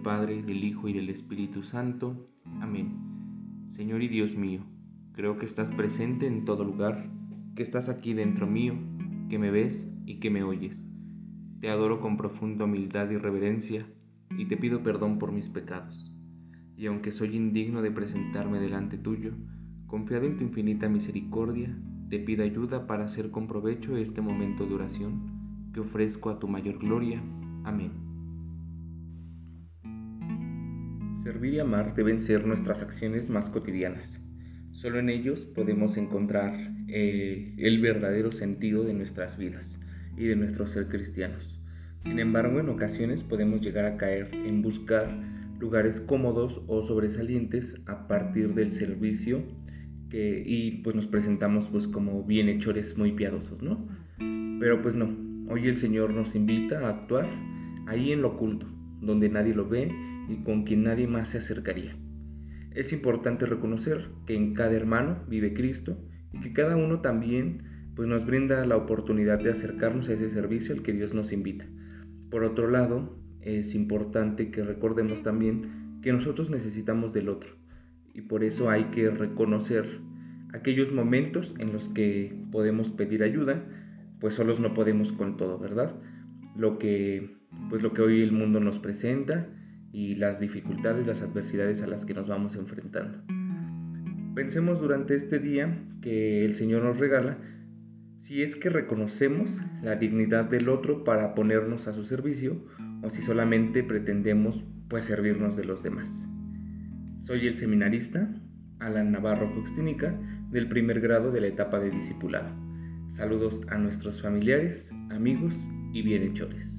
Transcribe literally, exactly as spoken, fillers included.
Padre, del Hijo y del Espíritu Santo. Amén. Señor y Dios mío, creo que estás presente en todo lugar, que estás aquí dentro mío, que me ves y que me oyes. Te adoro con profunda humildad y reverencia, y te pido perdón por mis pecados. Y aunque soy indigno de presentarme delante tuyo, confiado en tu infinita misericordia, te pido ayuda para hacer con provecho este momento de oración que ofrezco a tu mayor gloria. Amén. Servir y amar deben ser nuestras acciones más cotidianas. Solo en ellos podemos encontrar eh, el verdadero sentido de nuestras vidas y de nuestro ser cristianos. Sin embargo, en ocasiones podemos llegar a caer en buscar lugares cómodos o sobresalientes a partir del servicio que, y pues nos presentamos pues como bienhechores muy piadosos, ¿no? Pero pues no, hoy el Señor nos invita a actuar ahí en lo oculto, donde nadie lo ve y con quien nadie más se acercaría. Es importante reconocer que en cada hermano vive Cristo y que cada uno también pues, nos brinda la oportunidad de acercarnos a ese servicio al que Dios nos invita. Por otro lado, es importante que recordemos también que nosotros necesitamos del otro y por eso hay que reconocer aquellos momentos en los que podemos pedir ayuda, pues solos no podemos con todo, ¿verdad? Lo que, pues lo que hoy el mundo nos presenta y las dificultades, las adversidades a las que nos vamos enfrentando. Pensemos durante este día que el Señor nos regala, si es que reconocemos la dignidad del otro para ponernos a su servicio o si solamente pretendemos pues servirnos de los demás. Soy el seminarista Alan Navarro Coxtínica del primer grado de la etapa de discipulado. Saludos a nuestros familiares, amigos y bienhechores.